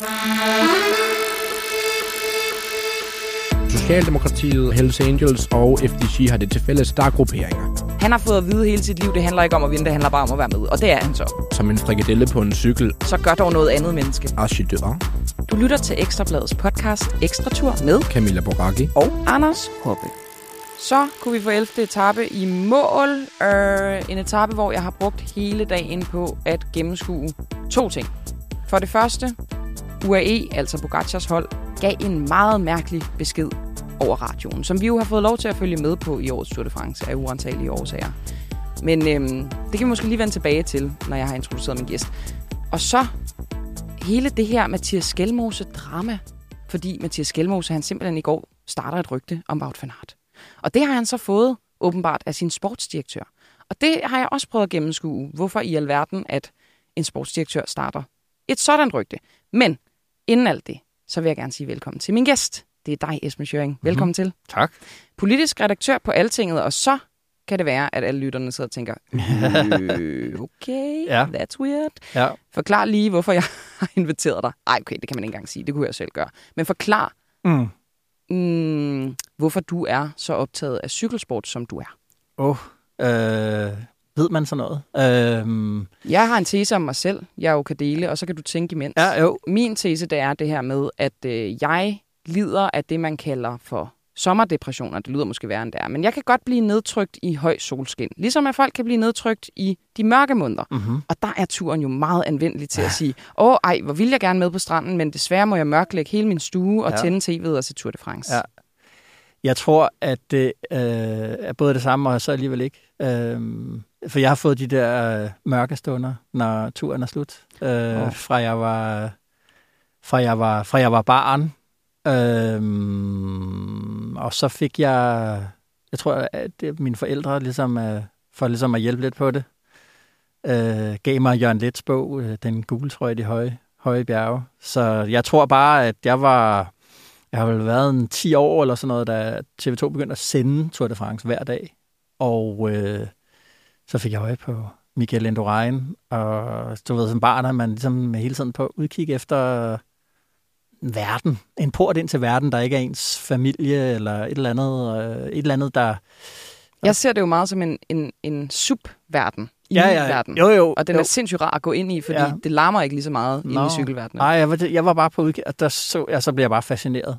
Socialdemokratiet, Hells Angels og FDC har det til fælles, der er grupperinger. Han har fået at vide hele sit liv, det handler ikke om at vinde, det handler bare om at være med. Og det er han så. Som en frikadelle på en cykel. Så gør dog noget andet menneske. Archidør. Du lytter til Ekstrabladets podcast Ekstra Tur med Camilla Boracchi og Anders Hoppe. Så kunne vi få 11. etape i mål. En etape, hvor jeg har brugt hele dagen på at gennemskue 2 ting. For det første, UAE, altså Pogacars hold, gav en meget mærkelig besked over radioen, som vi jo har fået lov til at følge med på i årets Tour de France af uantagelige årsager. Men det kan vi måske lige vende tilbage til, når jeg har introduceret min gæst. Og så hele det her Mathias Skjelmose-drama, fordi Mathias Skjelmose, han simpelthen i går starter et rygte om Wout van Aert. Og det har han så fået åbenbart af sin sportsdirektør. Og det har jeg også prøvet at gennemskue, hvorfor i alverden, at en sportsdirektør starter et sådan rygte. Men inden alt det, så vil jeg gerne sige velkommen til min gæst. Det er dig, Esben Schøring. Velkommen til. Tak. Politisk redaktør på Altinget, og så kan det være, at alle lytterne sidder og tænker, okay, ja. That's weird. Ja. Forklar lige, hvorfor jeg har inviteret dig. Ej, okay, det kan man ikke engang sige. Det kunne jeg selv gøre. Men forklar, hvorfor du er så optaget af cykelsport, som du er. Ved man sådan noget? Jeg har en tese om mig selv, jeg jo kan dele, og så kan du tænke imens. Ja, jo. Min tese, det er det her med, at jeg lider af det, man kalder for sommerdepressioner. Det lyder måske værre end det er. Men jeg kan godt blive nedtrykt i høj solskin. Ligesom at folk kan blive nedtrykt i de mørke måneder. Mm-hmm. Og der er turen jo meget anvendelig til at sige, hvor vil jeg gerne med på stranden, men desværre må jeg mørklægge hele min stue og tænde tv'et og se Tour de France. Ja. Jeg tror, at det er både det samme, og så alligevel ikke. For jeg har fået de der mørke stunder, når turen er slut. Fra jeg var barn. Og så fik jeg tror, at mine forældre ligesom, for ligesom at hjælpe lidt på det, gav mig Jørgen Leths bog, Den gule trøje i de høje bjerge. Så jeg tror bare, at jeg har vel været en 10 år eller sådan noget, da TV2 begyndte at sende Tour de France hver dag. Og så fik jeg øje på Miguel Indurain, og du ved, som barn er man ligesom hele tiden på udkig efter verden. En port ind til verden, der ikke er ens familie, eller et eller andet, der... Jeg ser det jo meget som en subverden. Verden. Jo. Og den er sindssygt rar at gå ind i, fordi det larmer ikke lige så meget inde i cykelverdenen. Nej, jeg var bare på udkig, og så blev jeg bare fascineret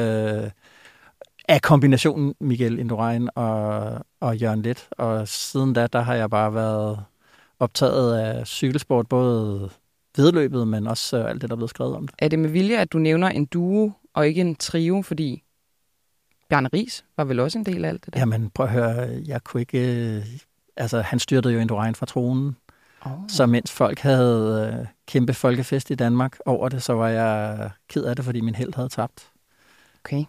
af kombinationen Miguel Indurain og Jørgen Leth. Og siden da, der har jeg bare været optaget af cykelsport, både vedløbet, men også alt det, der er blevet skrevet om det. Er det med vilje, at du nævner en duo og ikke en trio, fordi Bjarne Riis var vel også en del af alt det der? Jamen, prøv at høre, jeg kunne ikke... han styrtede jo Indurain fra tronen, så mens folk havde kæmpe folkefest i Danmark over det, så var jeg ked af det, fordi min helt havde tabt. Okay.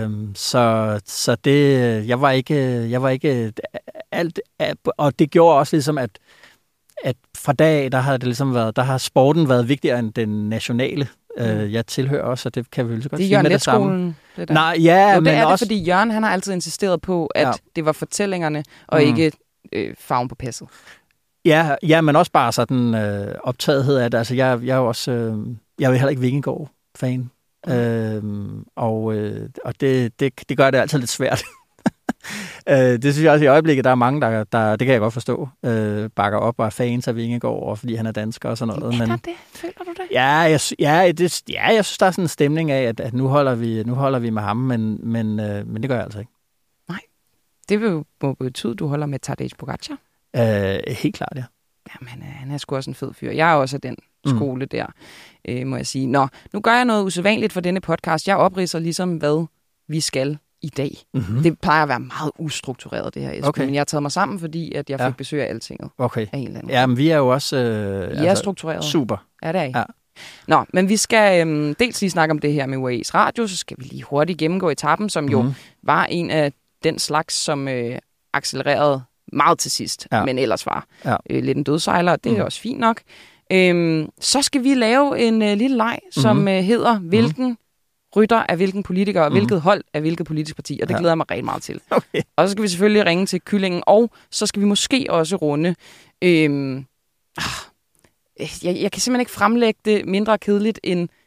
Så det... Jeg var ikke alt... Og det gjorde også ligesom, at fra dag af, der har sporten været vigtigere end den nationale. Jeg tilhører også, og det kan vi jo så godt sige med det samme. Det der. Nej, ja, men også... det, fordi Jørgen, han har altid insisteret på, at det var fortællingerne, og ikke farven på passet. Ja, men også bare sådan optagethed af det. Altså, jeg er jo også... jeg er jo heller ikke Vingegaard-fan. Og det gør det altid lidt svært. Det synes jeg også i øjeblikket, der er mange, der det kan jeg godt forstå, bakker op og er fans af Vingegaard, og fordi han er dansker og sådan noget. Men det? Føler du det? Ja, jeg synes, der er sådan en stemning af, at nu holder vi med ham, men det gør jeg altså ikke. Nej, det vil jo betyde, at du holder med Tadej Pogacar. Helt klart, ja. Jamen, han er sgu også en fed fyr. Jeg er også af den skole der, må jeg sige. Nå, nu gør jeg noget usædvanligt for denne podcast. Jeg opridser ligesom, hvad vi skal i dag. Mm-hmm. Det plejer at være meget ustruktureret, det her, Esben. Okay. Men jeg har taget mig sammen, fordi at jeg fik besøg af Altinget. Okay. Af en eller anden. Ja, men vi er jo også... I er struktureret. Super. Ja, det er I. Ja. Nå, men vi skal dels lige snakke om det her med UAE's radio, så skal vi lige hurtigt gennemgå etappen, som jo var en af den slags, som accelererede meget til sidst, men ellers var lidt en dødsejler, det er også fint nok. Så skal vi lave en lille leg, som hedder, hvilken rytter af hvilken politiker, og hvilket hold af hvilket politisk parti, og det glæder jeg mig rigtig meget til. Okay. Og så skal vi selvfølgelig ringe til Kyllingen, og så skal vi måske også runde... jeg kan simpelthen ikke fremlægge det mindre kedeligt end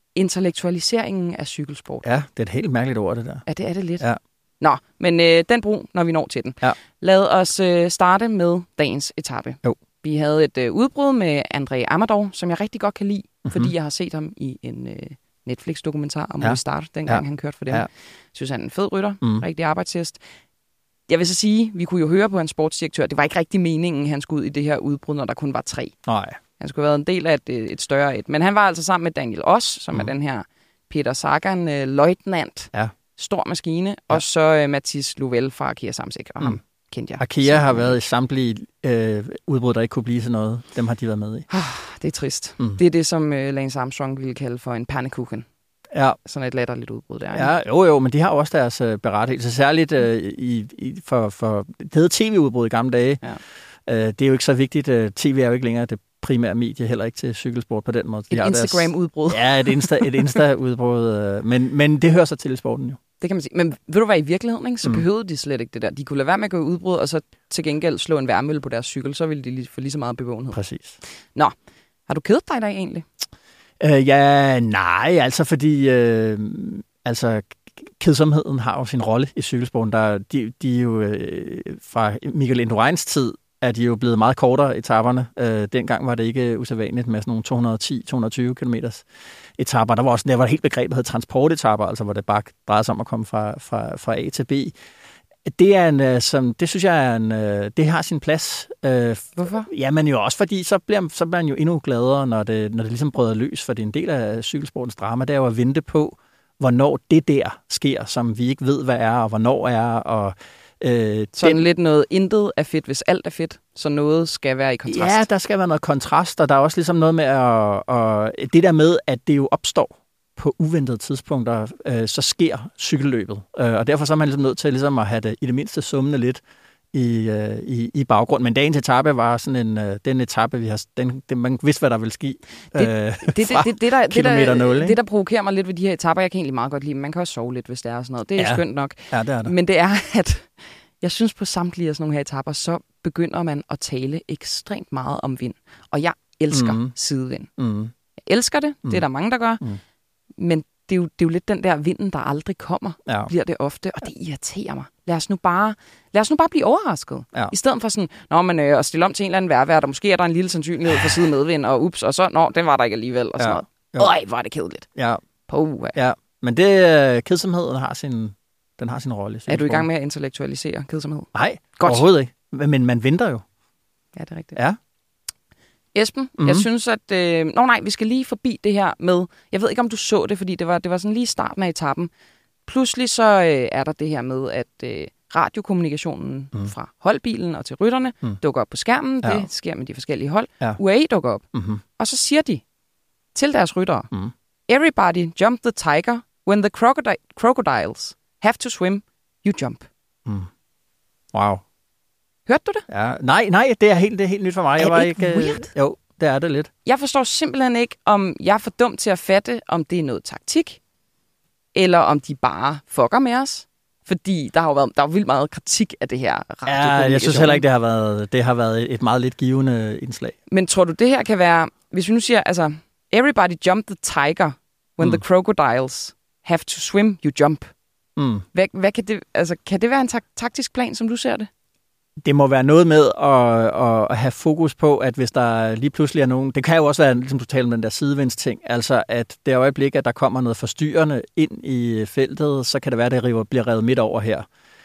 intellektualiseringen af cykelsport. Ja, det er et helt mærkeligt ord, det der. Ja, det er det lidt. Ja. Nå, men den brug, når vi når til den. Ja. Lad os starte med dagens etape. Jo. Vi havde et udbrud med André Amador, som jeg rigtig godt kan lide, fordi jeg har set ham i en Netflix-dokumentar om Restart, dengang han kørte for dem. Jeg synes, han er en fed rytter, rigtig arbejdshest. Jeg vil så sige, vi kunne jo høre på hans sportsdirektør, det var ikke rigtig meningen, han skulle ud i det her udbrud, når der kun var 3. Nej. Han skulle have været en del af et større et. Men han var altså sammen med Daniel Oss, som er den her Peter Sagan løjtnant. Ja. Stor maskine. Ja. Og så Mathis Louvel fra Arkea Samsic, og ham kendte jeg. Arkea har været i samtlige udbrud, der ikke kunne blive til noget. Dem har de været med i. Det er trist. Det er det, som Lance Armstrong ville kalde for en pannekuchen. Ja. Sådan et latterligt udbrud der. Ja, jo, men de har også deres berettigelse. Særligt for det hedder tv-udbrud i gamle dage. Ja. Det er jo ikke så vigtigt. TV er jo ikke længere det primære medie, heller ikke til cykelsport på den måde. Et Instagram-udbrud. Ja, et Insta-udbrud. Men det hører sig til i sporten jo. Det kan man sige. Men ved du hvad, i virkeligheden, ikke? Så behøvede de slet ikke det der. De kunne lade være med at gå udbrud, og så til gengæld slå en værmølle på deres cykel, så ville de få lige så meget bevågenhed. Præcis. Nå, har du kedet dig i dag egentlig? Nej, altså fordi kedsomheden har jo sin rolle i cykelsporten. De er jo fra Miguel Indurains tid, er de jo blevet meget kortere etaperne. Dengang var det ikke usædvanligt med sådan nogle 210-220 km etaper. Der var helt begrebet, der hed transportetapper, altså hvor det bare drejede sig om at komme fra A til B. Det er det synes jeg er det har sin plads. Hvorfor? Jamen jo også fordi så bliver man jo endnu gladere, når det ligesom bryder løs, for det er en del af cykelsportens drama, det er jo at vente på, hvornår det der sker, som vi ikke ved, hvad er, og hvornår er, og sådan lidt noget, intet er fedt, hvis alt er fedt, så noget skal være i kontrast. Ja, der skal være noget kontrast, og der er også ligesom noget med at det der med, at det jo opstår på uventede tidspunkter, så sker cykelløbet. Og derfor så er man ligesom nødt til ligesom at have det i det mindste summende lidt i baggrund. Men dagens etape var sådan den etape, vi har, man vidste, hvad der ville ske kilometer 0. Det, der provokerer mig lidt ved de her etaper, jeg kan egentlig meget godt lide, man kan også sove lidt, hvis det er sådan noget. Det er skønt nok. Ja, det er det. Men det er, at jeg synes på samtlige af sådan nogle her etaper, så begynder man at tale ekstremt meget om vind. Og jeg elsker sidevind. Jeg elsker det. Det er der mange, der gør. Men det er jo lidt den der vinden, der aldrig kommer, bliver det ofte, og det irriterer mig. Lad os nu bare blive overrasket. Ja. I stedet for sådan, at stille om til en eller anden vejrvært, og måske er der en lille sandsynlighed for side medvind, og ups, og så, den var der ikke alligevel, og sådan noget. Øj, hvor er det kedeligt. Ja. Ja, men det kedsomheden har sin rolle. Er du i gang med at intellektualisere kedsomhed? Nej, overhovedet ikke. Men man venter jo. Ja, det er rigtigt. Ja. Esben, jeg synes, at... vi skal lige forbi det her med... Jeg ved ikke, om du så det, fordi det var sådan lige starten af etappen. Pludselig så er der det her med, at radiokommunikationen fra holdbilen og til rytterne dukker op på skærmen. Ja. Det sker med de forskellige hold. Ja. UAE dukker op. Og så siger de til deres ryttere, everybody jump the tiger when the crocodiles have to swim, you jump. Wow. Hørte du det? Ja, nej, det er helt nyt for mig. Er det ikke weird? Jo, det er det lidt. Jeg forstår simpelthen ikke, om jeg er for dum til at fatte, om det er noget taktik, eller om de bare fucker med os. Fordi der er vildt meget kritik af det her radiokommunikation. Ja, jeg synes heller ikke, det har været et meget lidt givende indslag. Men tror du, det her kan være, hvis vi nu siger, altså, everybody jump the tiger, when the crocodiles have to swim, you jump. Hvad kan det, altså, kan det være en taktisk plan, som du ser det? Det må være noget med at have fokus på, at hvis der lige pludselig er nogen... Det kan jo også være, ligesom du taler om den der sidevindsting, altså at det øjeblik, at der kommer noget forstyrrende ind i feltet, så kan det være, at det bliver revet midt over her.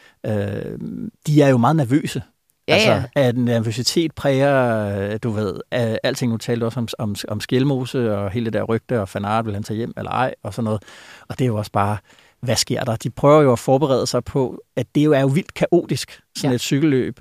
De er jo meget nervøse. Ja. Altså, at nervøsitet præger, du ved, alting. Nu talte også om Skjelmose og hele det der rygte, og Van Aert vil han tage hjem eller ej, og sådan noget. Og det er jo også bare... Hvad sker der? De prøver jo at forberede sig på, at det jo er jo vildt kaotisk, sådan et cykelløb,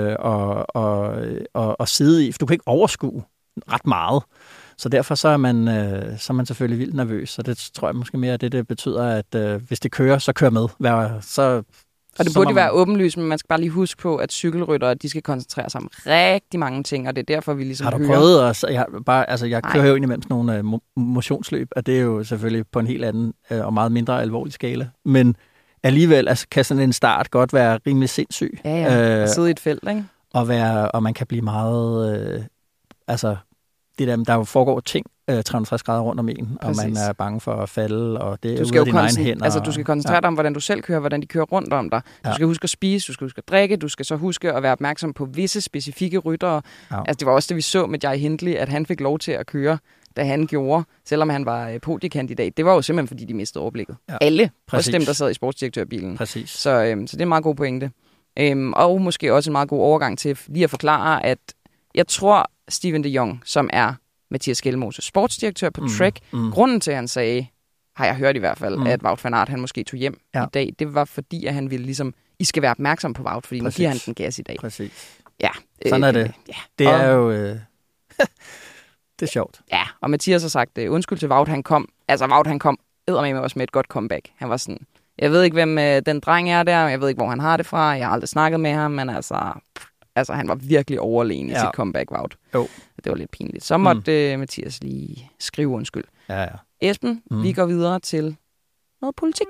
og sidde i, for du kan ikke overskue ret meget. Så derfor så er man selvfølgelig vildt nervøs, så det tror jeg måske mere, at det betyder, at hvis det kører, så kører med. Og det burde jo være åbenlyst, men man skal bare lige huske på, at cykelryttere, de skal koncentrere sig om rigtig mange ting, og det er derfor, vi ligesom hører... Har du prøvet at... Jeg kører jo ind imellem sådan nogle motionsløb, og det er jo selvfølgelig på en helt anden og meget mindre alvorlig skala. Men alligevel kan sådan en start godt være rimelig sindssyg. Ja, at sidde i et felt, ikke? Og man kan blive meget... det der jo foregår ting 360 grader rundt om en, og man er bange for at falde, og det er ude af dine egne hænder. Altså, du skal koncentrere dig om, hvordan du selv kører, hvordan de kører rundt om dig. Du skal huske at spise, du skal huske at drikke, du skal så huske at være opmærksom på visse specifikke ryttere. Ja. Altså, det var også det, vi så med Jai Hindley, at han fik lov til at køre, da han gjorde, selvom han var podiekandidat. Det var jo simpelthen, fordi de mistede overblikket. Ja. Alle, også dem, der sad i sportsdirektørbilen. Præcis. Så det er en meget god pointe. Og måske også en meget god overgang til lige at forklare, at jeg tror, Steven de Jong, som er Mathias Skjelmose, sportsdirektør på Trek, grunden til, at han sagde, har jeg hørt i hvert fald, at Wout van Aert, han måske tog hjem i dag, det var fordi, at han ville ligesom, I skal være opmærksom på Wout, fordi nu giver han den gas i dag. Præcis. Ja. Sådan er det. Ja. Det er jo... det er sjovt. Ja, og Mathias har sagt, undskyld til Wout, han kom. Altså, Wout, han kom eddermame også med et godt comeback. Han var sådan, jeg ved ikke, hvem den dreng er der, jeg ved ikke, hvor han har det fra, jeg har aldrig snakket med ham, men altså han var virkelig overlegen i sit comeback, Wout. Jo. Det var lidt pinligt. Så måtte Mathias lige skrive undskyld. Ja. Esben, vi går videre til noget politik.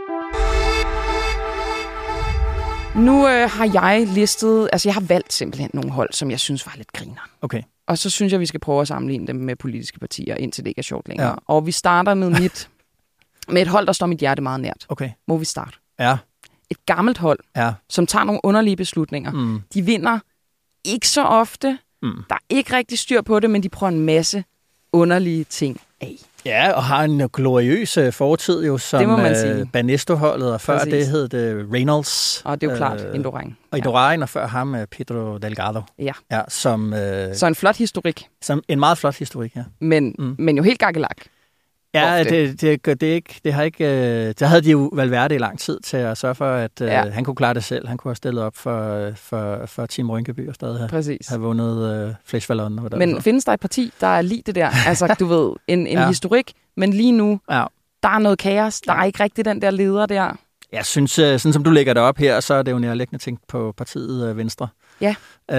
Nu har jeg listet, altså jeg har valgt simpelthen nogle hold, som jeg synes var lidt griner. Okay. Og så synes jeg, vi skal prøve at sammenligne dem med politiske partier, indtil det ikke er sjovt længere. Ja. Og vi starter med med et hold, der står mit hjerte meget nært. Okay. Må vi starte? Ja. Et gammelt hold, som tager nogle underlige beslutninger. De vinder ikke så ofte. Der er ikke rigtig styr på det, men de prøver en masse underlige ting af. Ja, og har en gloriøs fortid jo som Banesto-holdet, og før det hed det Reynolds. Og det er jo klart Indurain. Og Indurain, og før ham Pedro Delgado. Ja. Så en flot historik. En meget flot historik, ja. Men jo helt gakkelak. Ja, det havde de jo Valverde i lang tid til at sørge for, at han kunne klare det selv. Han kunne have stillet op for Team Rynkeby og stadig have vundet Flèche Wallonne. Men findes der et parti, der er lige det der? Altså, du ved, en historik, men lige nu, der er noget kaos. Der er ikke rigtig den der leder der. Jeg synes, sådan som du lægger det op her, så er det jo nærliggende tænkt på partiet Venstre. Ja.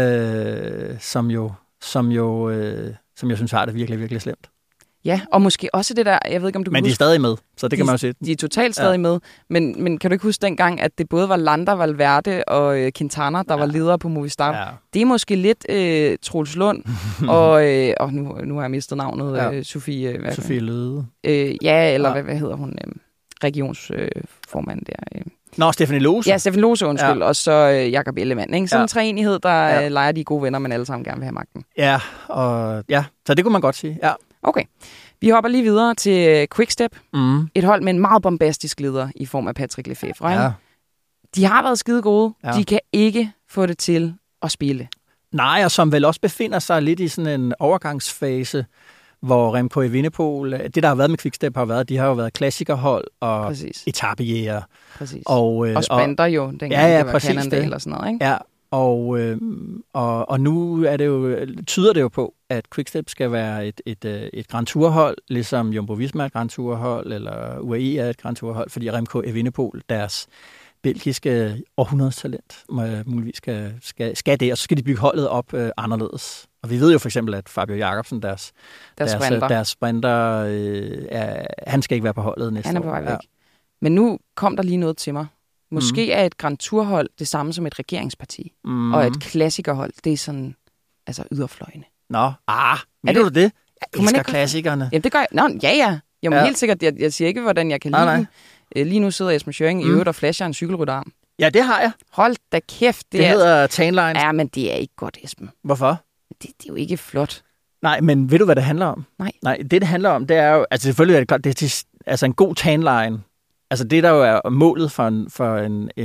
Som jeg synes har det virkelig, virkelig slemt. Ja, og måske også det der, jeg ved ikke, om du kan Men de er stadig med, så det kan man jo sige. De er totalt stadig med, men kan du ikke huske dengang, at det både var Landa, Valverde og Quintana, der var ledere på Movistar? Ja. Det er måske lidt Troels Lund, og nu har jeg mistet navnet, Sofie Løde. Hvad hedder hun? Regionsformand der. Stefanie Lose. Ja, Stefanie Lose, undskyld. Ja. Og så Jakob Ellemann. Ikke? Sådan en treenighed, der leger de gode venner, men alle sammen gerne vil have magten. Ja, så det kunne man godt sige, ja. Okay. Vi hopper lige videre til Quickstep. Et hold med en meget bombastisk leder i form af Patrick Lefevre. Ja. De har været skide gode. Ja. De kan ikke få det til at spille. Nej, og som vel også befinder sig lidt i sådan en overgangsfase, hvor Remco Evenepoel, det der har været med Quickstep har været, de har jo været klassikerhold og etapejæger. Præcis. Og sprinter jo, dengang det var Cannondale og sådan noget, ikke? Ja, og nu er det jo, tyder det jo på, at Quickstep skal være et Grand Tour-hold, ligesom Jumbo-Visma er et Grand Tour-hold, eller UAE er et Grand Tour-hold, fordi Remco Evenepoel, deres belgiske århundredstalent, muligvis skal det, og så skal de bygge holdet op anderledes. Og vi ved jo for eksempel, at Fabio Jacobsen, deres sprinter, han skal ikke være på holdet næste år. Han er på vej væk. Ja. Men nu kom der lige noget til mig. Måske er et Grand Tour-hold det samme som et regeringsparti. Og et klassikerhold, det er sådan, altså yderfløjene. Mener du det? Jeg elsker klassikerne. Jamen det gør jeg. Ja. Jamen helt sikkert, jeg siger ikke, hvordan jeg kan lide dem. Lige nu sidder Esben Schøring i øvrigt og flasher en cykelrytterarm. Ja, det har jeg. Hold da kæft. Det hedder Tanline. Ja, men det er ikke godt, Esben. Hvorfor? Det er jo ikke flot. Nej, men ved du, hvad det handler om? Nej, det handler om, det er jo, altså selvfølgelig er det godt, det er altså en god tanline. Altså det, der jo er målet for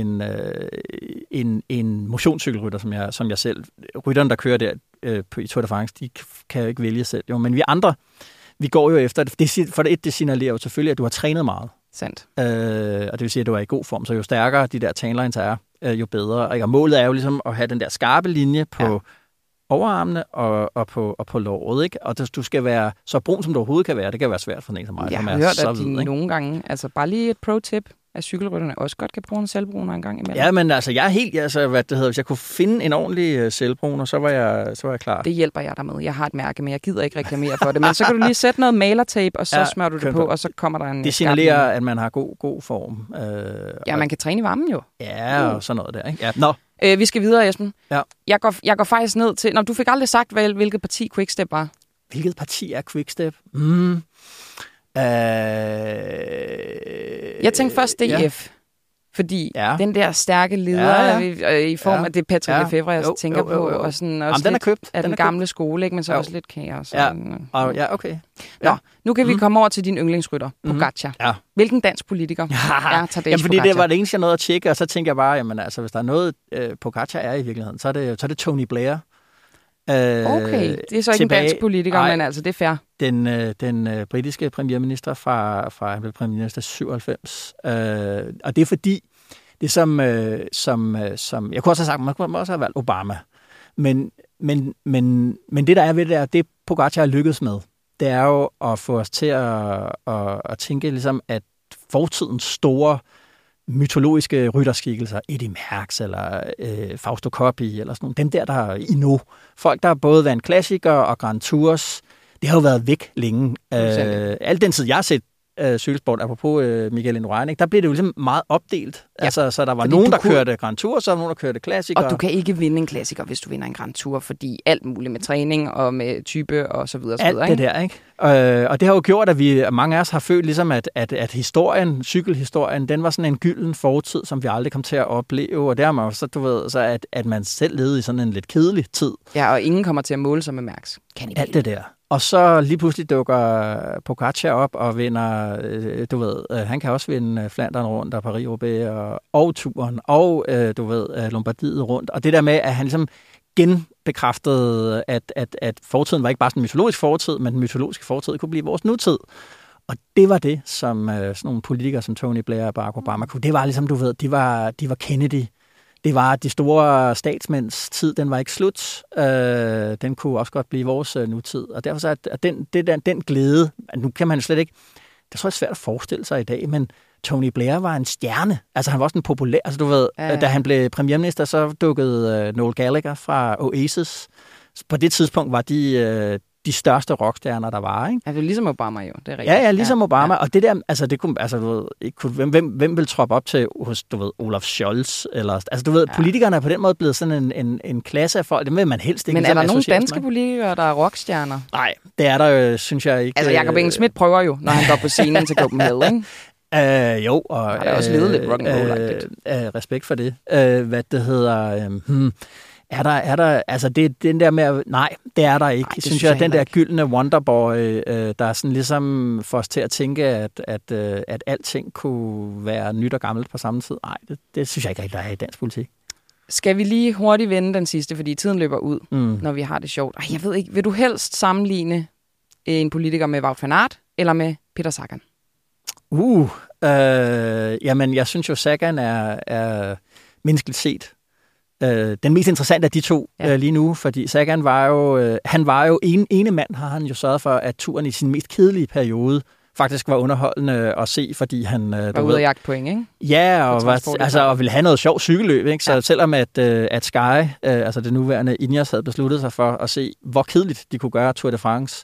en motionscykelrytter, som jeg selv, rytteren, der kører der i Tour de France, de kan jo ikke vælge selv. Jo, men vi andre, vi går jo efter det. For det signalerer jo selvfølgelig, at du har trænet meget. Sandt. Og det vil sige, at du er i god form. Så jo stærkere de der tanlines er, jo bedre. Og målet er jo ligesom at have den der skarpe linje på overarmene og på låret, ikke? Og du skal være så brun, som du overhovedet kan være. Det kan være svært for en som mig. Jeg har hørt, at de nogle gange, altså bare lige et pro-tip, at cykelrytterne også godt kan bruge en selvbruner en gang imellem. Ja, men altså, jeg er helt, hvis jeg kunne finde en ordentlig selvbruner, så var jeg klar. Det hjælper jeg dig med. Jeg har et mærke, men jeg gider ikke reklamere for det. Men så kan du lige sætte noget malertape, og så smører du det på, og så kommer der en... Det signalerer, at man har god form. Man kan træne i varmen jo. Ja, og sådan noget der, ikke? Ja. Vi skal videre, Esben. Ja. Jeg går faktisk ned til... du fik aldrig sagt, hvilket parti Quickstep var. Hvilket parti er Quickstep? Jeg tænkte først DF. Fordi den der stærke leder i form af det Patrick Lefevre, jeg tænker på, og sådan også den er købt. af den gamle skole, ikke? Men så også lidt kaos. Okay. Nå, nu kan vi komme over til din yndlingsrytter, Pogačar. Ja. Hvilken dansk politiker er Tadej Pogačar? Jamen, fordi det var det eneste, jeg nåede at tjekke, og så tænker jeg bare, jamen altså, hvis der er noget, Pogačar er i virkeligheden, så er det Tony Blair. Okay, det er så ikke en dansk politiker, men altså, det er fair. Den britiske premierminister fra han blev premierminister 97. Og det er fordi, det som jeg kunne også have sagt, man kunne også have valgt Obama. Men det, der er ved det Pogačar er lykkedes med, det er jo at få os til at tænke ligesom, at fortidens store mytologiske rytterskikkelser, Eddie Merckx eller Fausto Coppi eller sådan nogle, dem der er i nu. Folk, der har både været en klassiker og Grand Tours, det har jo været væk længe. Al den tid, jeg har set cykelsport, apropos Miguel Indurain, der blev det jo ligesom meget opdelt. Ja, altså, så der var nogen, der kørte Grand Tour, så var nogen, der kørte klassiker. Og du kan ikke vinde en klassiker, hvis du vinder en Grand Tour, fordi alt muligt med træning og med type og så videre. Alt det der, ikke? Og det har jo gjort, at mange af os har følt ligesom, at historien, cykelhistorien, den var sådan en gylden fortid, som vi aldrig kom til at opleve. Og der man så, du ved, så at man selv levede i sådan en lidt kedelig tid. Ja, og ingen kommer til at måle sig med Merckx. Alt det der. Og så lige pludselig dukker Pogačar op og vinder, du ved, han kan også vinde Flandern rundt og Paris-Roubaix og turen og, du ved, Lombardiet rundt. Og det der med, at han ligesom genbekræftede, at fortiden var ikke bare sådan en mytologisk fortid, men den mytologiske fortid kunne blive vores nutid. Og det var det, som sådan nogle politikere som Tony Blair og Barack Obama kunne. Det var ligesom, du ved, de var Kennedy. Det var de store statsmænds tid, den var ikke slut. Den kunne også godt blive vores nutid. Og derfor så at den glæde, nu kan man slet ikke, det tror jeg er svært at forestille sig i dag, men Tony Blair var en stjerne. Altså han var også en populær, altså du ved, da han blev premierminister, så dukkede Noel Gallagher fra Oasis. På det tidspunkt var de største rockstjerner, der var, ikke? Ja, det er ligesom Obama jo, det er rigtigt. Ja, ligesom Obama, og det der, altså det kunne, altså du ved, hvem vil troppe op til hos, du ved, Olaf Scholz, eller, altså du ved, politikerne er på den måde blevet sådan en klasse af folk, det vil man helst ikke. Men er der nogle danske politikere, der er rockstjerner? Nej, det er der jo, synes jeg ikke. Altså Jakob Engel-Schmidt prøver jo, når han går på scenen til Copenhagen, ikke? Jo, og har også levet lidt rock'n'roll-agtigt. Respekt for det. Hvad det hedder... Er der, altså det er den der med, nej, det er der ikke. Nej, synes jeg, den der gyldne Wonderboy, der er sådan ligesom for os til at tænke, at alting kunne være nyt og gammelt på samme tid. Nej, det synes jeg ikke rigtig, der er i dansk politik. Skal vi lige hurtigt vende den sidste, fordi tiden løber ud, når vi har det sjovt. Jeg ved ikke, vil du helst sammenligne en politiker med Wout van Aert eller med Peter Sagan? Jamen, jeg synes jo, Sagan er menneskeligt set den mest interessante af de to lige nu, fordi Sagan var jo ene mand, har han jo sørget for, at turen i sin mest kedelige periode faktisk var underholdende at se, fordi han var ude at jagte point, ikke? Ja, og ville have noget sjov cykelløb, ikke? Så selvom at Sky, altså det nuværende Ineos, havde besluttet sig for at se, hvor kedeligt de kunne gøre Tour de France,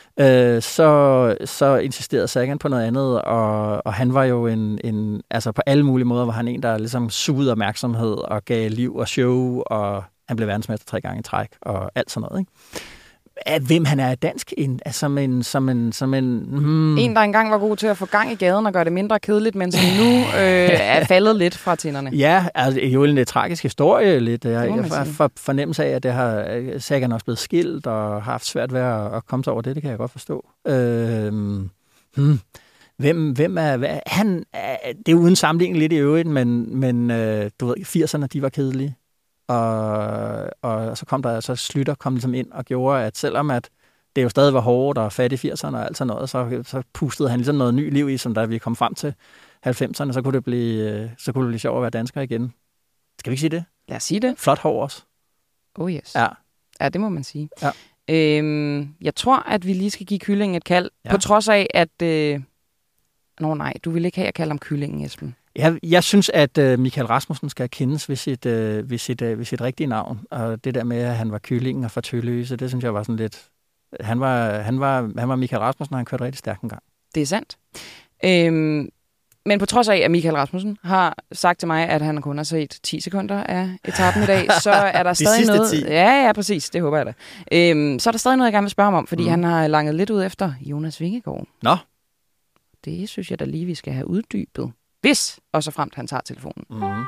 så insisterede Sagan på noget andet, og han var jo altså på alle mulige måder var han en, der ligesom sugede opmærksomhed og gav liv og show, og han blev verdensmester 3 gange i træk, og alt sådan noget, ikke? Hvem han er dansk, som en der engang var god til at få gang i gaden og gøre det mindre kedeligt, men som nu er faldet lidt fra tænderne. Ja, altså det er jo en tragisk historie lidt. Jeg har fornemmelse af, at det har Sagan også blevet skilt og har haft svært ved at komme sig over det. Det kan jeg godt forstå. Hvem er han? Det er uden sammenligning lidt i øvrigt, men du ved, 80'erne de var kedelige. Og så kom der så Slytter kom ligesom ind og gjorde, at selvom at det jo stadig var hårdt og fat i 80'erne og alt sådan noget, så pustede han ligesom noget ny liv i, som da vi kom frem til 90'erne, så kunne det blive sjovt at være dansker igen. Skal vi ikke sige det? Lad os sige det. Flot hår også. Oh yes. Ja, det må man sige. Ja. Jeg tror, at vi lige skal give kyllingen et kald, på trods af, at... nej, du vil ikke have at kalde ham kyllingen, Esben. Jeg synes, at Michael Rasmussen skal kendes ved sit rigtige navn. Og det der med, at han var kyllingen og for Tølløse, det synes jeg var sådan lidt... Han var Michael Rasmussen, og han kørte rigtig stærkt en gang. Det er sandt. Men på trods af, at Michael Rasmussen har sagt til mig, at han kun har set 10 sekunder af etappen i dag, så er der stadig noget... 10. Ja, præcis. Det håber jeg da. Så er der stadig noget, jeg gerne vil spørge ham om, fordi han har langet lidt ud efter Jonas Vingegaard. Nå. Det synes jeg da lige, vi skal have uddybet. Hvis, og så fremt han tager telefonen. Mm-hmm.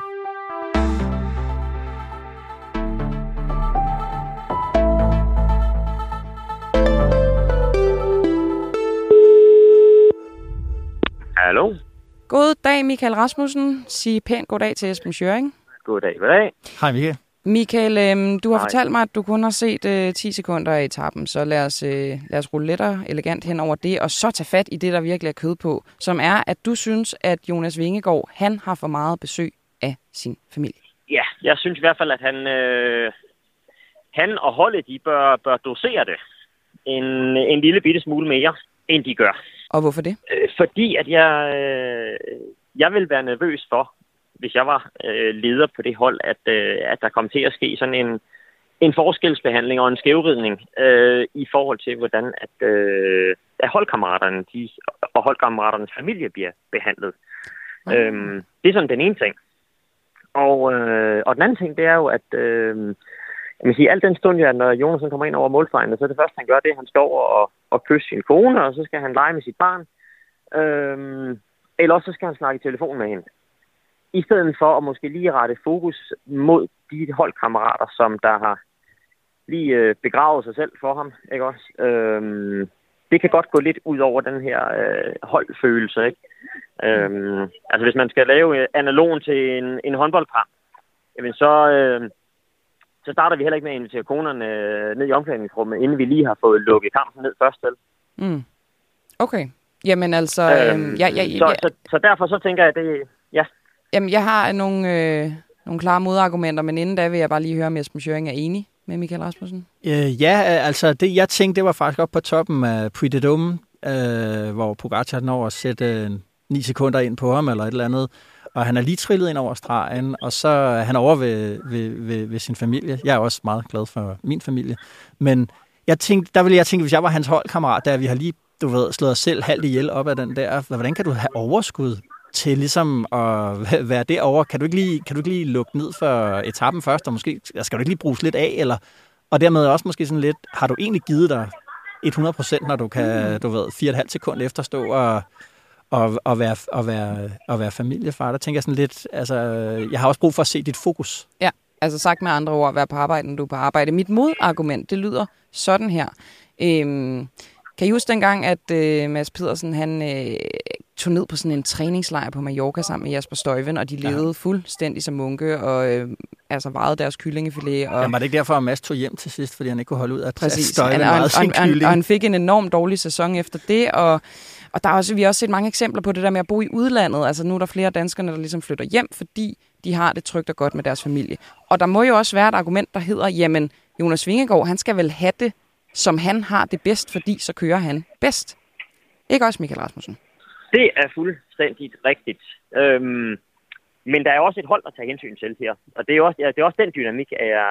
Hallo? God dag, Michael Rasmussen. Sig pænt goddag til Esben Schøring. Goddag. Hej, Michael. Michael, du har Hej. fortalt mig, at du kun har set 10 sekunder af etappen, så lad os rulle lidt og elegant hen over det, og så tage fat i det, der virkelig er kød på, som er, at du synes, at Jonas Vingegaard, han har for meget besøg af sin familie. Ja, jeg synes i hvert fald, at han og holdet, de bør dosere det en lille bitte smule mere, end de gør. Og hvorfor det? Fordi at jeg vil være nervøs for, hvis jeg var leder på det hold, at der kom til at ske sådan en forskelsbehandling og en skævridning i forhold til, hvordan at holdkammeraterne og holdkammeraternes familie bliver behandlet. Det er sådan den ene ting. Og den anden ting, det er jo, at jeg vil sige, alt den stund, når Jonas kommer ind over målstregen, så er det første, han gør, det han står og kysser sin kone, og så skal han lege med sit barn. Eller også så skal han snakke i telefon med hende. I stedet for at måske lige rette fokus mod de holdkammerater, som der har lige begravet sig selv for ham, ikke også? Det kan godt gå lidt ud over den her holdfølelse, ikke? Altså hvis man skal lave analogen til en håndboldkamp, jamen så starter vi heller ikke med at invitere konerne ned i omklædningsrummet, inden vi lige har fået lukket kampen ned først selv. Mm. Okay. Jamen altså... Så derfor så tænker jeg, at det... Ja. Jamen, jeg har nogle klare modargumenter, men inden da vil jeg bare lige høre, om Esben Schøring er enig med Michael Rasmussen. Ja, altså det jeg tænkte, det var faktisk op på toppen af Puy de Dôme, hvor Pogacar når at sætte 9 sekunder ind på ham eller et eller andet, og han er lige trillet ind over stregen, og så er han over ved sin familie. Jeg er også meget glad for min familie, men der ville jeg tænke, hvis jeg var hans holdkammerat, der vi har lige slået os selv halvt ihjel op af den der, hvordan kan du have overskud til ligesom at være derovre? Kan du ikke lige lukke ned for etappen først, og måske skal du ikke lige bruges lidt af, eller, og dermed også måske sådan lidt, har du egentlig givet dig 100%, når du kan, 4,5 sekunder efter stå og være familiefar? Der tænker jeg sådan lidt, altså, jeg har også brug for at se dit fokus. Ja, altså sagt med andre ord, vær på arbejde, når du er på arbejde. Mit modargument, det lyder sådan her. Kan I huske dengang, at Mads Pedersen, han tog ned på sådan en træningslejr på Mallorca sammen med Jasper Stuyven, og de levede fuldstændig som munke, og vejede deres kyllingefilet. Og... Jamen, var det ikke derfor, at Mads tog hjem til sidst, fordi han ikke kunne holde ud at Stuyven meget sin kylling? Og han fik en enormt dårlig sæson efter det, og der er vi har også set mange eksempler på det der med at bo i udlandet. Altså nu er der flere danskere, der ligesom flytter hjem, fordi de har det trygt og godt med deres familie. Og der må jo også være et argument, der hedder, jamen, Jonas Vingegaard, han skal vel have det, som han har det bedst, fordi så kører han bedst. Ikke også, Michael Rasmussen? Det er fuldstændig rigtigt. Men der er også et hold at tage hensyn til her. Og det er også den dynamik,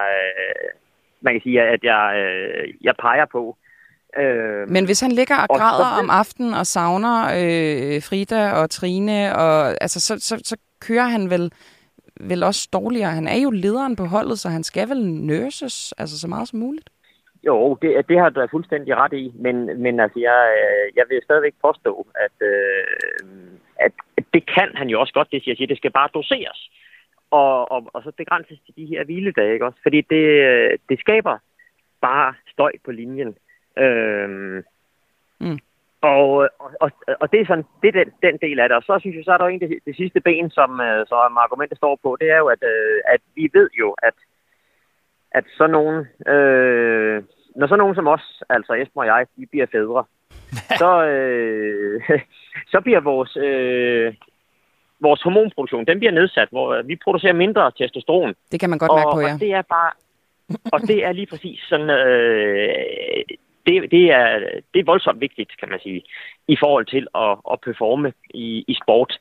man kan sige, at jeg peger på. Men hvis han ligger og græder om aftenen og savner Frida og Trine, og, altså, så kører han vel også dårligere. Han er jo lederen på holdet, så han skal vel nurses altså, så meget som muligt. Jo, det har du fuldstændig ret i, men altså, jeg vil stadigvæk påstå, at det kan han jo også godt, det siger, det skal bare doseres, og så begrænses til de her hviledage, ikke også? Fordi det skaber bare støj på linjen. Og det er sådan, det er den del af det, og så synes jeg, så er der jo egentlig det sidste ben, som argumentet står på, det er jo, at vi ved jo, at sådan nogen, når sådan nogen som os, altså Esben og jeg, vi bliver fædre, så bliver vores hormonproduktion, den bliver nedsat, hvor vi producerer mindre testosteron. Det kan man godt mærke på, ja. Og det er bare, og det er lige præcis sådan, det er voldsomt vigtigt, kan man sige, i forhold til at performe i sport.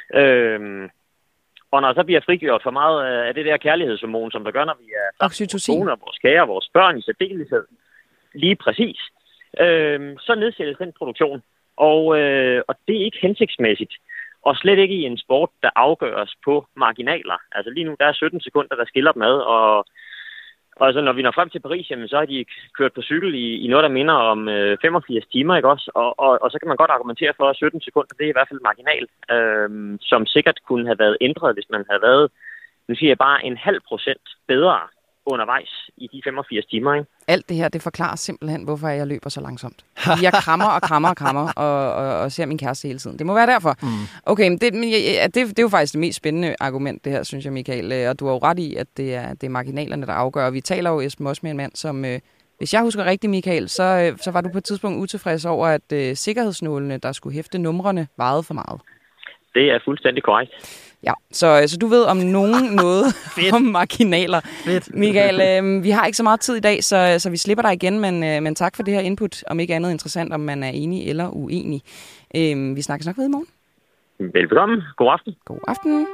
Og når så bliver frigjort for meget af det der kærlighedshormon, som der gør, når vi er oxytocin, og vores kære, vores børn i særdeleshed, lige præcis, så nedsættes den produktion. Og det er ikke hensigtsmæssigt. Og slet ikke i en sport, der afgøres på marginaler. Altså lige nu, der er 17 sekunder, der skiller dem ad, og så når vi når frem til Paris, jamen, så har de kørt på cykel i noget, der minder om 85 timer, ikke også? Og så kan man godt argumentere for, at 17 sekunder, det er i hvert fald marginal, som sikkert kunne have været ændret, hvis man havde været, nu siger jeg bare, 0,5% bedre undervejs i de 85 timer, ikke? Alt det her, det forklarer simpelthen, hvorfor jeg løber så langsomt. Jeg krammer og ser min kæreste hele tiden. Det må være derfor. Okay, men det er jo faktisk det mest spændende argument, det her, synes jeg, Michael. Og du har jo ret i, at det er marginalerne, der afgør. Vi taler jo Esben også med en mand, som, hvis jeg husker rigtigt, Michael, så var du på et tidspunkt utilfreds over, at sikkerhedsnålene, der skulle hæfte numrene, vejede for meget. Det er fuldstændig korrekt. Ja, så du ved om nogen noget om marginaler. Michael, vi har ikke så meget tid i dag, så vi slipper dig igen, men tak for det her input, om ikke andet interessant, om man er enig eller uenig. Vi snakkes nok ved i morgen. Velbekomme. God aften. God aften.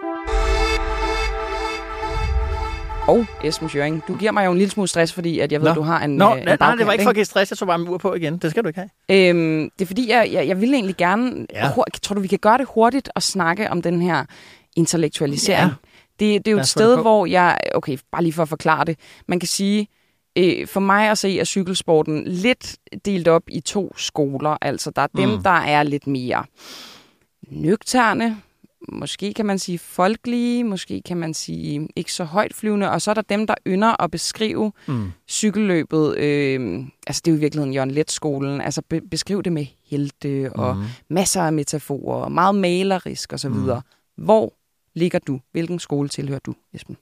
Og Esben Schøring, du giver mig jo en lille smule stress, fordi at jeg ved, du har en nej, det var ikke for at give stress, jeg tog bare en ur på igen. Det skal du ikke have. Det er fordi, jeg ville egentlig gerne... Ja. Tror du, vi kan gøre det hurtigt og snakke om den her intellektualisering? Ja. Det er jo et sted, hvor jeg... Okay, bare lige for at forklare det. Man kan sige, for mig at se, er cykelsporten lidt delt op i 2 skoler. Altså, der er dem, der er lidt mere nøgterne, måske kan man sige folkelige, måske kan man sige ikke så højtflyvende, og så er der dem, der ynder at beskrive cykelløbet. Altså det er jo i virkeligheden Jørgen Leth-skolen. Altså beskrive det med helte og masser af metaforer, og meget malerisk osv. Hvor ligger du? Hvilken skole tilhører du, Esben?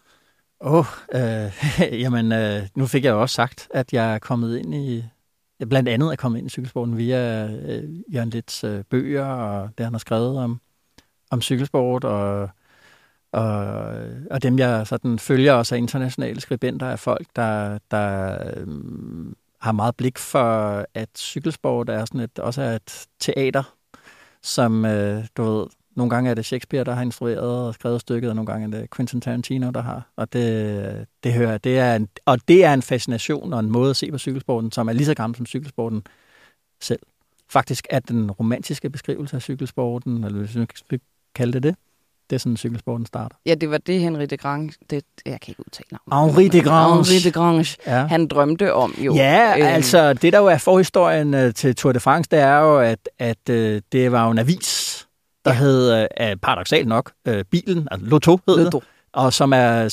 Nu fik jeg jo også sagt, at jeg er kommet ind i... Blandt andet er kommet ind i cykelsporten via Jørgen Leths bøger, og det han har skrevet om cykelsport, og dem, jeg sådan følger også af internationale skribenter, er folk, der har meget blik for, at cykelsport er sådan også er et teater, som, du ved, nogle gange er det Shakespeare, der har instrueret og skrevet stykket, og nogle gange er det Quentin Tarantino, der har. Og det hører jeg. Det er en fascination og en måde at se på cykelsporten, som er lige så gammel som cykelsporten selv. Faktisk er den romantiske beskrivelse af cykelsporten, eller hvis vi kan kalde det, det er sådan, cykelsporten starter. Ja, det var det, Henri de Grange, jeg kan ikke udtale navnet. Henri de Grange. Ja. Han drømte om jo. Ja, altså det der jo er forhistorien til Tour de France, det er jo, at det var jo en avis, der hed, paradoksalt nok, Bilen, altså Lotto hed det, og som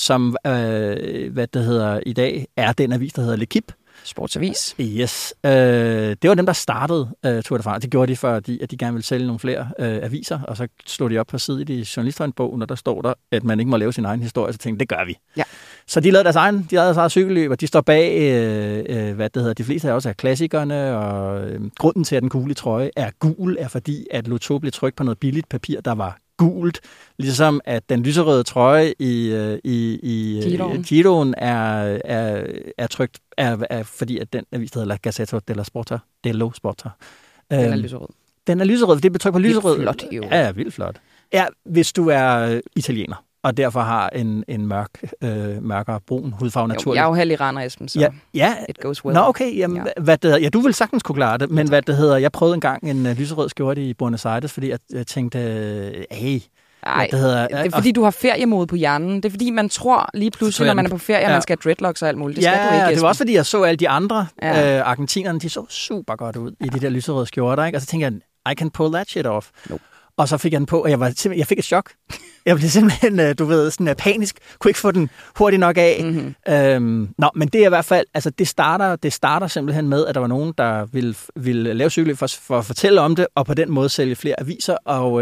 hvad det hedder i dag, er den avis, der hedder L'Équipe. Sportsavis. Yes. Det var dem, der startede Tour de France. Det gjorde de, fordi at de gerne ville sælge nogle flere aviser, og så slog de op på siden i journalisterhåndbogen, og der står der, at man ikke må lave sin egen historie, så tænkte det gør vi. Ja. Så de lavede deres eget cykelløb, og de står bag, hvad det hedder, de fleste af også er klassikerne, og grunden til, at den gule trøje er gul, er fordi, at Lotto blev trykt på noget billigt papir, der var gult, ligesom at den lyserøde trøje i Giroen er trykt, er fordi at den avis, der hedder La Gazzetta dello Sport. Den er lyserød. Den er lyserød, det er betrykt på lyserød. Vildt flot, jo. Ja, vildt flot. Ja, hvis du er italiener, og derfor har en mørkere brun hudfarve naturligt. Jeg er jo halv iraner, Esben, så it goes well. Nå, okay. Jamen, du vil sagtens kunne klare det, men jeg prøvede engang en lyserød skjorte i Buenos Aires, fordi jeg tænkte, nej, det er fordi, du har feriemode på hjernen. Det er fordi, man tror lige pludselig, når man er på ferie, at man skal have dreadlocks og alt muligt. Det skal du ikke, Esben. Det var også fordi, jeg så alle de andre argentinerne, de så super godt ud i de der lyserøde skjorter, ikke? Og så tænkte jeg, I can pull that shit off. Nope. Og så fik jeg den på, og jeg fik et chok. Jeg blev simpelthen, du ved, sådan panisk. Kunne ikke få den hurtigt nok af. Men det er i hvert fald, altså det starter simpelthen med, at der var nogen, der ville lave cykelløb for at fortælle om det, og på den måde sælge flere aviser.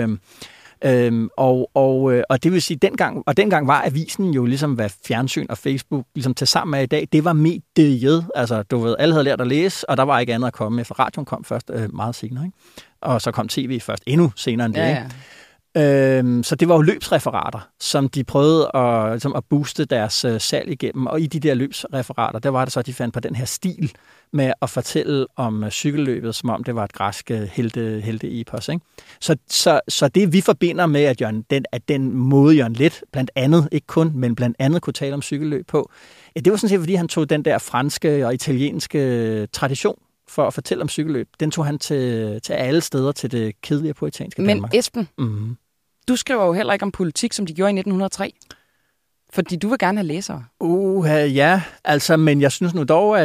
Og det vil sige, dengang var avisen jo ligesom, hvad fjernsyn og Facebook ligesom til sammen af i dag, det var mediet. Altså, du ved, alle havde lært at læse, og der var ikke andet at komme med, for radioen kom først meget senere, ikke? Og så kom tv først endnu senere end det, ikke? Så det var jo løbsreferater, som de prøvede at booste deres salg igennem. Og i de der løbsreferater, der var det så, at de fandt på den her stil med at fortælle om cykelløbet, som om det var et græsk helte-epos. Ikke? Så det, vi forbinder med, at den måde Jørgen Leth, blandt andet, ikke kun, men blandt andet kunne tale om cykelløb på, det var sådan set, fordi han tog den der franske og italienske tradition for at fortælle om cykelløb. Den tog han til alle steder, til det kedelige poetanske Danmark. Men Esben, Du skriver jo heller ikke om politik, som de gjorde i 1903. Fordi du vil gerne have læsere. Ja, altså, men jeg synes nu dog,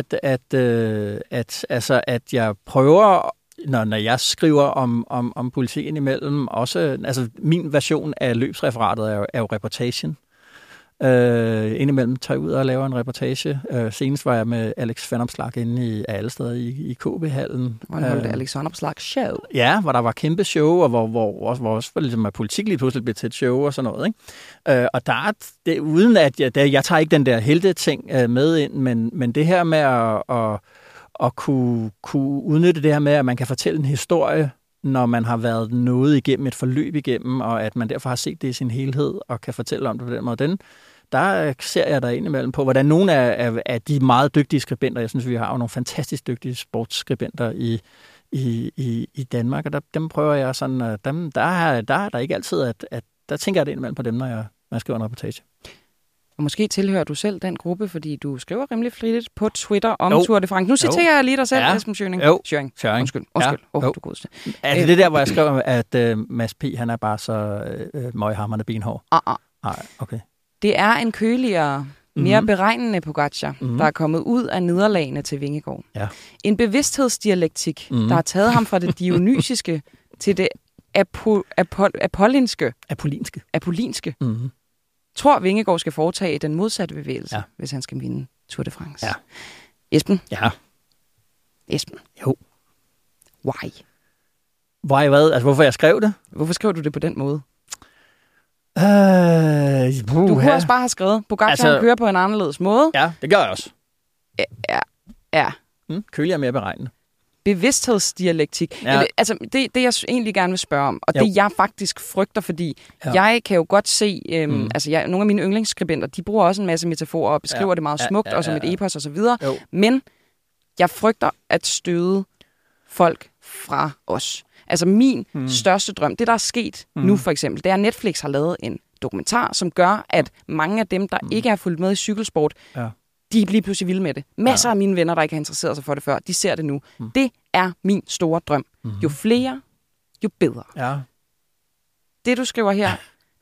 at jeg prøver, når jeg skriver om politikken imellem, også, altså min version af løbsreferatet er jo reportagen. Indimellem tager jeg ud og laver en reportage. Senest var jeg med Alex Vanopslagh inde i alle steder i KB-hallen. Hvor han holdt Alex Vanopslagh show. Ja, hvor der var kæmpe show, og hvor også ligesom, politik lige pludselig blev til et show og sådan noget. Ikke? Og der er det, uden at jeg tager ikke den der helte-ting med ind, men det her med at kunne udnytte det her med, at man kan fortælle en historie, når man har været noget igennem, et forløb igennem, og at man derfor har set det i sin helhed, og kan fortælle om det på den måde. Der ser jeg der indimellem på, hvordan nogle af de meget dygtige skribenter, jeg synes, vi har jo nogle fantastisk dygtige sportsskribenter i Danmark, og dem prøver jeg sådan, der er der ikke altid, at der tænker jeg det indimellem på dem, når jeg skriver en reportage. Og måske tilhører du selv den gruppe, fordi du skriver rimelig flittigt på Twitter om Tour de France. Nu citerer jeg lige dig selv, Esben Schøring. Schøring. Undskyld. Du godeste. Er det der, hvor jeg skriver, at Mads P. han er bare så møghamrende benhår? Nej, okay. Det er en køligere, mere beregnende Pogacar, der er kommet ud af nederlagene til Vingegaard. Ja. En bevidsthedsdialektik, der har taget ham fra det dionysiske til det apollinske. Tror Vingegaard skal foretage den modsatte bevægelse, hvis han skal vinde Tour de France. Ja. Esben? Ja. Esben? Jo. Why? Why hvad? Altså, hvorfor jeg skrev det? Hvorfor skrev du det på den måde? Du kunne også bare have skrevet, Pogacar han kører på en anderledes måde. Ja, det gør jeg også. Ja. Kølig er mere beregnende. Bevidsthedsdialektik. Ja. Altså, det jeg egentlig gerne vil spørge om, og det jeg faktisk frygter, fordi jeg kan jo godt se, nogle af mine yndlingsskribenter, de bruger også en masse metaforer og beskriver det meget smukt, og som et epos og så videre. Men jeg frygter at støde folk fra os. Altså min største drøm, det der er sket nu for eksempel, det er, at Netflix har lavet en dokumentar, som gør, at mange af dem, der ikke har fulgt med i cykelsport, de bliver pludselig vilde med det. Masser af mine venner, der ikke har interesseret sig for det før, de ser det nu. Det er min store drøm. Jo flere, jo bedre. Ja. Det, du skriver her,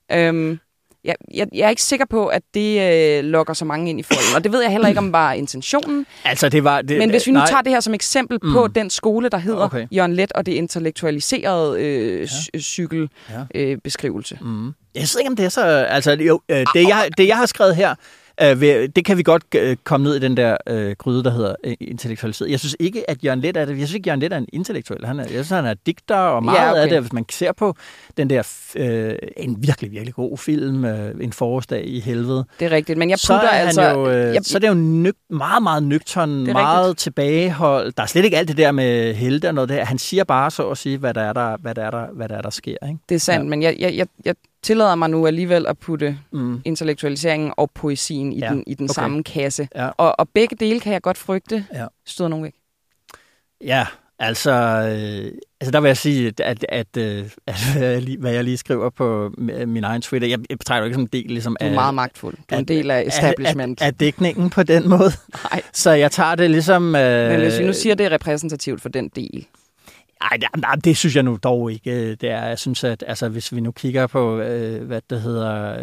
jeg er ikke sikker på, at det lokker så mange ind i folden. Og det ved jeg heller ikke, om var intentionen. Altså, men hvis vi nu tager det her som eksempel på den skole, der hedder Jørgen Leth og det intellektualiserede cykelbeskrivelse. Jeg ved ikke, om det er så... Altså, det jeg har skrevet her, det kan vi godt komme ned i den der gryde, der hedder intellektualiseret. Jeg synes ikke, at Jørgen Leth er det. Jeg synes ikke, Jørgen Leth er en intellektuel. Jeg synes, han er digter, og meget af det, hvis man ser på den der en virkelig, virkelig god film, En forårsdag i helvede. Det er rigtigt, men jeg putter så er det jo meget, meget nøgtern, meget rigtigt. Tilbagehold. Der er slet ikke alt det der med helte og noget der. Han siger bare så at sige, hvad der sker. Ikke? Det er sandt, men jeg tillader mig nu alligevel at putte intellektualiseringen og poesien i den samme kasse. Ja. Og begge dele kan jeg godt frygte, støder nogen væk. Ja, altså der vil jeg sige, at hvad jeg lige skriver på min egen Twitter, jeg betragter jo ikke som en del ligesom du er meget magtfuld. Du er en del af establishment. Af dækningen på den måde. Nej. Så jeg tager det ligesom... Men hvis vi nu siger, det er repræsentativt for den del... Nej, det synes jeg nu dog ikke. Det er, jeg synes, at altså, hvis vi nu kigger på, hvad det hedder,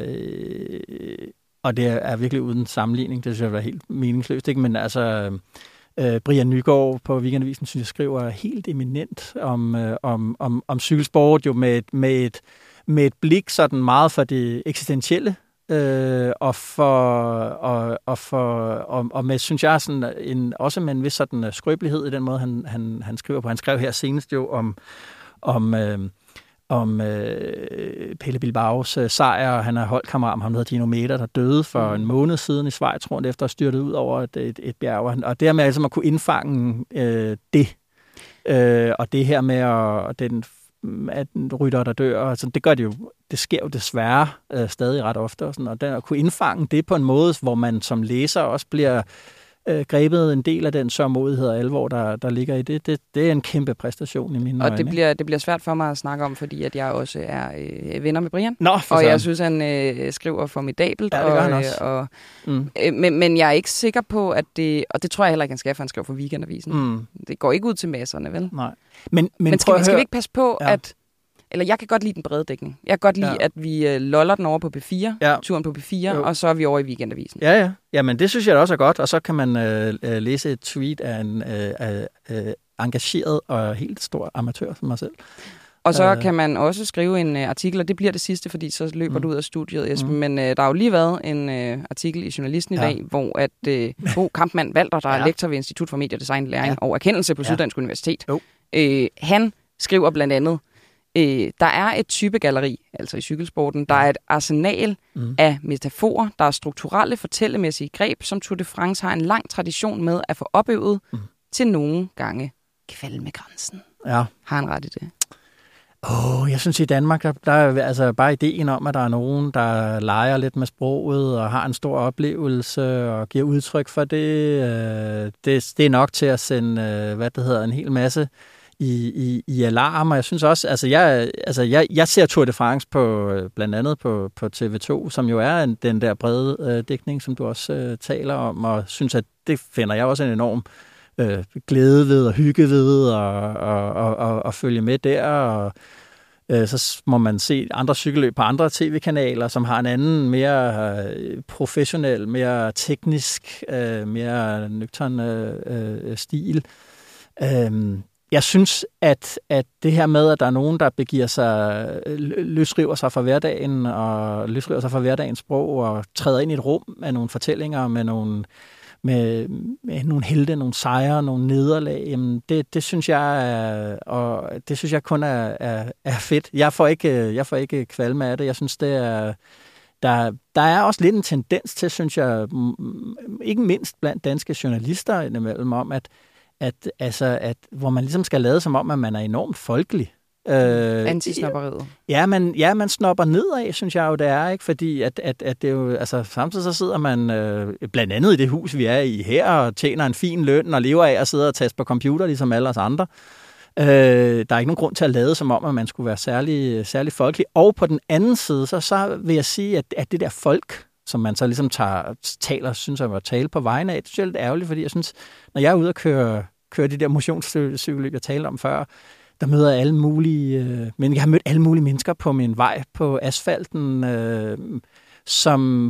og det er virkelig uden sammenligning, det synes jeg er helt meningsløst, ikke? Men altså, Brian Nygaard på Weekendavisen, synes jeg, skriver helt eminent om cykelsport, jo med et blik sådan meget for det eksistentielle, og med, synes jeg, sådan også med en vis sådan skrøbelighed i den måde, han skriver på. Han skrev her senest jo om Pelle Bilbaos sejr, og han er holdkammerat med ham, der hedder Gino Mäder, der døde for en måned siden i Schweiz, tror jeg, efter at have styrtet ud over et bjerg. Og det her med altså at kunne indfange det, og det her med at rytter, der dør, og sådan, det sker jo desværre stadig ret ofte, og at kunne indfange det på en måde, hvor man som læser også bliver grebet en del af den sørgmodighed og alvor, der ligger i det. Det er en kæmpe præstation i mine øjne. Og det bliver svært for mig at snakke om, fordi at jeg også er venner med Brian. Og jeg synes, han skriver formidabelt. Ja, det gør han også. Men jeg er ikke sikker på, at det... Og det tror jeg heller ikke, han skal, for han skriver for Weekendavisen. Det går ikke ud til masserne, vel? Nej. Men skal vi ikke passe på, at eller jeg kan godt lide den brede dækning. Jeg kan godt lide, at vi loller den over på B4, turen på B4, og så er vi over i Weekendavisen. Ja. Jamen, det synes jeg også er godt, og så kan man læse et tweet af en engageret og helt stor amatør som mig selv. Og så kan man også skrive en artikel, og det bliver det sidste, fordi så løber du ud af studiet, Esben. Men der har jo lige været en artikel i Journalisten i dag, hvor at Bo Kampmann Walter, der er lektor ved Institut for Mediedesign, Læring og Erkendelse på Syddansk Universitet, han skriver blandt andet, der er et typegalleri, altså i cykelsporten, der er et arsenal af metaforer, der er strukturelle fortællemæssige greb, som Tour de France har en lang tradition med at få opøvet til nogle gange kvalme grænsen. Ja. Har han ret i det? Jeg synes i Danmark, der er altså bare ideen om, at der er nogen, der leger lidt med sproget og har en stor oplevelse og giver udtryk for det. Det er nok til at sende, en hel masse i alarm. Og jeg synes også, jeg ser Tour de France blandt andet på TV2, som jo er den der brede dækning, som du også taler om, og synes, at det finder jeg også en enorm glæde ved og hygge ved og følge med der. Og så må man se andre cykelløb på andre tv-kanaler, som har en anden, mere professionel, mere teknisk, mere nøgtern stil. Jeg synes, at det her med, at der er nogen, der løsriver sig fra hverdagen og løsriver sig fra hverdagens sprog og træder ind i et rum med nogle fortællinger, med nogle helte, nogle sejre, nogle nederlag, jamen det synes jeg kun er fedt. Jeg får ikke kvalme af det. Jeg synes, det er der er også lidt en tendens til, synes jeg, ikke mindst blandt danske journalister indimellem, om at hvor man ligesom skal lade som om, at man er enormt folkelig. Antisnopperiet. Ja, man snopper nedad, synes jeg jo, det er, ikke? Fordi at det er jo, altså samtidig så sidder man blandt andet i det hus, vi er i her, og tjener en fin løn, og lever af at sidde og taste på computer, ligesom alle os andre. Der er ikke nogen grund til at lade som om, at man skulle være særlig folkelig. Og på den anden side, så vil jeg sige, at det der folk, som man så ligesom synes jeg var tale på vegne af, det er lidt ærgerligt, fordi jeg synes, når jeg er ude og køre de der motionscykelløb, jeg talte om før, der møder alle mulige, men jeg har mødt alle mulige mennesker på min vej på asfalten, som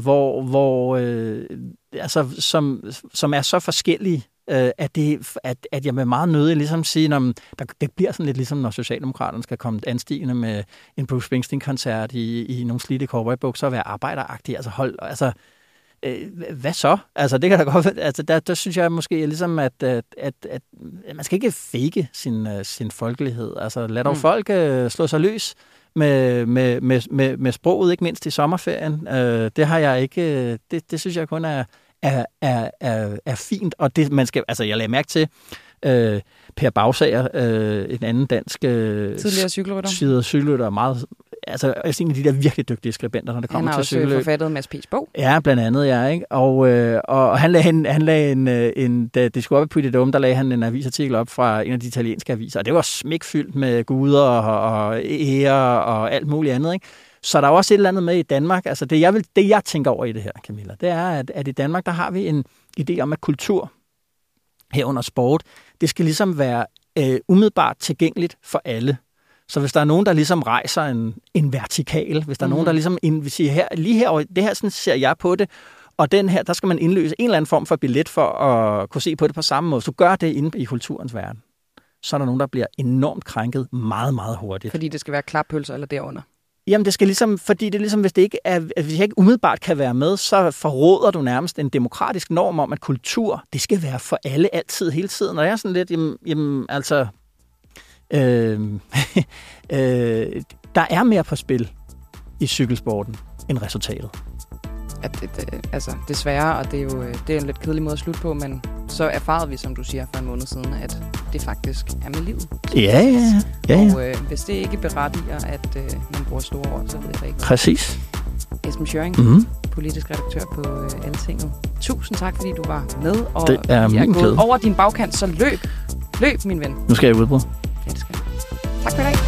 er så forskellige, at jeg med meget nødig ligesom sige, det bliver sådan lidt ligesom, når Socialdemokraterne skal komme anstigende med en Bruce Springsteen-koncert i nogle slidte cowboybukser og være arbejderagtige. Hvad så? Altså, det kan da godt være. Altså, der synes jeg måske ligesom, at man skal ikke fake sin folkelighed. Altså, lad dog folk slå sig løs med sproget, ikke mindst i sommerferien. Det har jeg ikke. Det synes jeg kun er fint. Og det, man skal, altså, jeg lagde mærke til Per Bagsager, en anden dansk tidligere cykelrytter, meget. Altså, en af de der virkelig dygtige skribenter, når det kommer til cykelløb. Han har også forfattet Mads P's bog. Ja, blandt andet, ikke? Og han lagde da det skulle op i Puy de Dôme, der lagde han en avisartikel op fra en af de italienske aviser, og det var smækfyldt med guder og ære og alt muligt andet, ikke? Så der er også et eller andet med i Danmark. Altså, det jeg tænker over i det her, Camilla, det er, at i Danmark, der har vi en idé om, at kultur, herunder sport, det skal ligesom være umiddelbart tilgængeligt for alle. Så hvis der er nogen, der ligesom rejser en vertikal, hvis der er nogen, der ligesom siger, lige her, det her, sådan ser jeg på det, og den her, der skal man indløse en eller anden form for billet for at kunne se på det på samme måde, så gør det inde i kulturens verden. Så er der nogen, der bliver enormt krænket meget, meget hurtigt. Fordi det skal være klappølser eller derunder? Jamen, det skal ligesom, fordi det er ligesom, hvis jeg ikke umiddelbart kan være med, så forråder du nærmest en demokratisk norm om, at kultur, det skal være for alle, altid, hele tiden. Og jeg er sådan lidt, der er mere på spil i cykelsporten end resultatet. Desværre, og det er en lidt kedelig måde at slutte på, men så erfarede vi, som du siger, for en måned siden, at det faktisk er med livet. Ja. Og hvis det ikke berettiger, at man bruger store ord, så ved jeg det ikke. Præcis. Esben Schøring, politisk redaktør på Altinget. Tusind tak, fordi du var med, og det er min glæde. Over din bagkant, så løb, min ven. Nu skal jeg udbryde. Ja, det skal jeg. Tak for i dag.